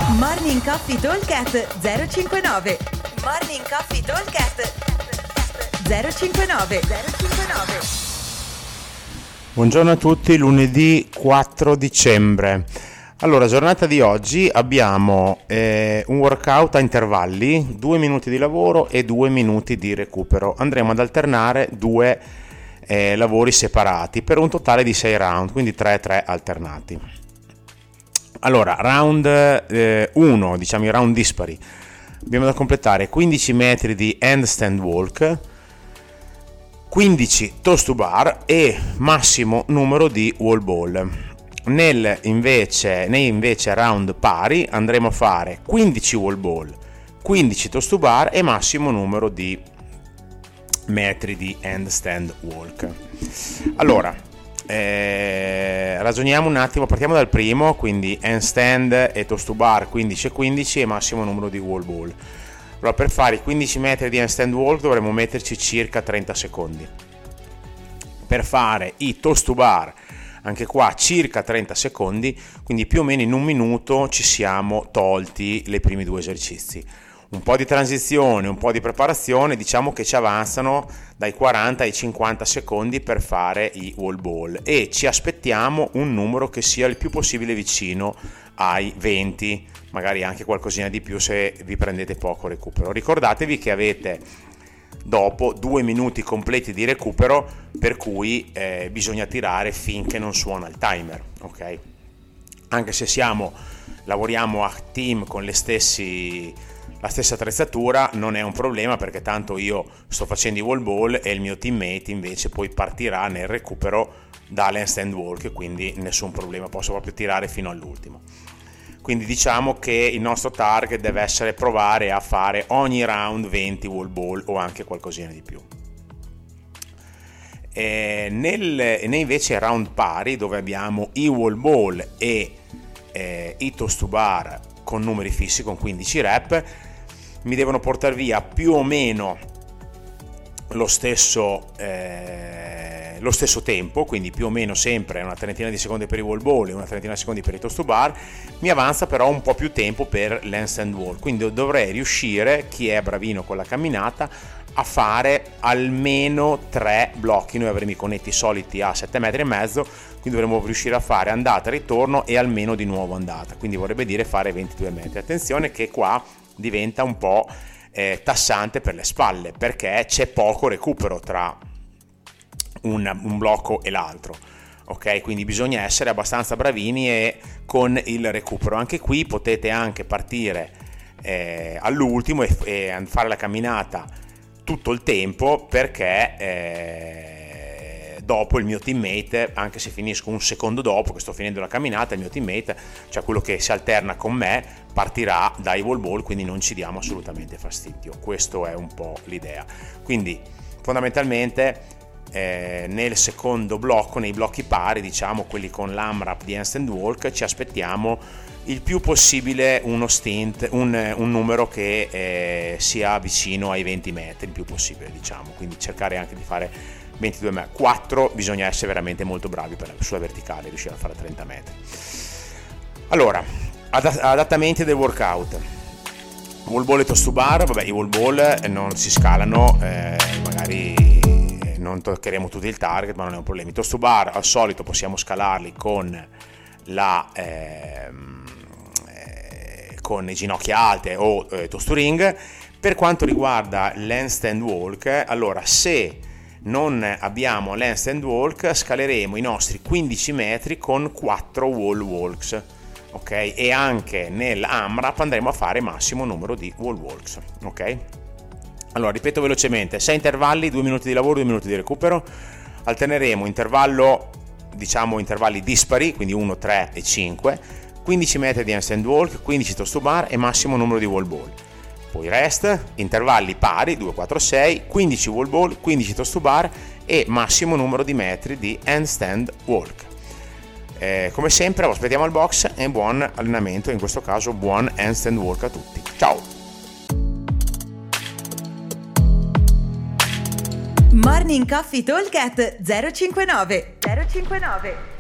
Morning Coffee Talkcast 059. Morning Coffee Talkcast 059. Buongiorno a tutti, lunedì 4 dicembre. Allora, giornata di oggi abbiamo un workout a intervalli, 2 minuti di lavoro e 2 minuti di recupero. Andremo ad alternare due lavori separati per un totale di 6 round, quindi 3 alternati. Allora, round 1, diciamo i round dispari. Abbiamo da completare 15 metri di handstand walk, 15 toes to bar e massimo numero di wall ball. Nei invece round pari andremo a fare 15 wall ball, 15 toes to bar e massimo numero di metri di handstand walk. Allora, ragioniamo un attimo, partiamo dal primo, quindi handstand e toes to bar 15 e 15 e massimo numero di wall ball. Allora, per fare i 15 metri di handstand walk dovremo metterci circa 30 secondi. Per fare i toes to bar, anche qua circa 30 secondi, quindi più o meno in un minuto ci siamo tolti le primi due esercizi. Un po' di transizione, un po' di preparazione, diciamo che ci avanzano dai 40 ai 50 secondi per fare i wall ball e ci aspettiamo un numero che sia il più possibile vicino ai 20, magari anche qualcosina di più se vi prendete poco recupero. Ricordatevi che avete dopo 2 minuti completi di recupero, per cui bisogna tirare finché non suona il timer, ok? Anche se lavoriamo a team con la stessa attrezzatura non è un problema, perché tanto io sto facendo i wall ball e il mio teammate invece poi partirà nel recupero dall'handstand walk, quindi nessun problema, posso proprio tirare fino all'ultimo. Quindi diciamo che il nostro target deve essere provare a fare ogni round 20 wall ball o anche qualcosina di più. Nei invece round pari, dove abbiamo i wall ball e i toes to bar con numeri fissi, con 15 rep, mi devono portare via più o meno lo stesso tempo, quindi più o meno sempre una trentina di secondi per i wall ball e una trentina di secondi per i toes to bar. Mi avanza però un po' più tempo per l'handstand walk, quindi dovrei riuscire, chi è bravino con la camminata, a fare almeno 3 blocchi. Noi avremo i connetti soliti a 7,5 metri, quindi dovremo riuscire a fare andata, ritorno e almeno di nuovo andata, quindi vorrebbe dire fare 22 metri. Attenzione che qua diventa un po' tassante per le spalle, perché c'è poco recupero tra un blocco e l'altro, ok? Quindi bisogna essere abbastanza bravini e con il recupero. Anche qui potete anche partire all'ultimo e fare la camminata tutto il tempo, perché dopo il mio teammate, anche se finisco un secondo dopo che sto finendo la camminata, il mio teammate, cioè quello che si alterna con me, partirà dai wall ball, quindi non ci diamo assolutamente fastidio. Questo è un po' l'idea. Quindi fondamentalmente nel secondo blocco, nei blocchi pari, diciamo quelli con l'AMRAP di handstand walk, ci aspettiamo il più possibile uno stint, un numero che sia vicino ai 20 metri il più possibile, diciamo, quindi cercare anche di fare 22 metri. 4 bisogna essere veramente molto bravi sulla verticale, riuscire a fare 30 metri. Allora, adattamenti del workout. Wall ball e toes to bar. Vabbè, i wall ball non si scalano, magari non toccheremo tutti il target, ma non è un problema. I toes to bar al solito possiamo scalarli con con le ginocchia alte o toes to ring. Per quanto riguarda l'handstand walk, allora se non abbiamo l'handstand walk scaleremo i nostri 15 metri con 4 wall walks, ok? E anche nell'AMRAP andremo a fare massimo numero di wall walks, ok? Allora, ripeto velocemente: 6 intervalli, 2 minuti di lavoro, 2 minuti di recupero. Alterneremo intervalli dispari, quindi 1, 3 e 5, 15 metri di handstand walk, 15 toes to bar e massimo numero di wall ball. Poi rest, intervalli pari, 2, 4, 6, 15 wall ball, 15 toes to bar e massimo numero di metri di handstand walk. Come sempre, vi aspettiamo al box e buon allenamento, in questo caso buon handstand walk a tutti. Ciao! Morning Coffee Talkcast 059.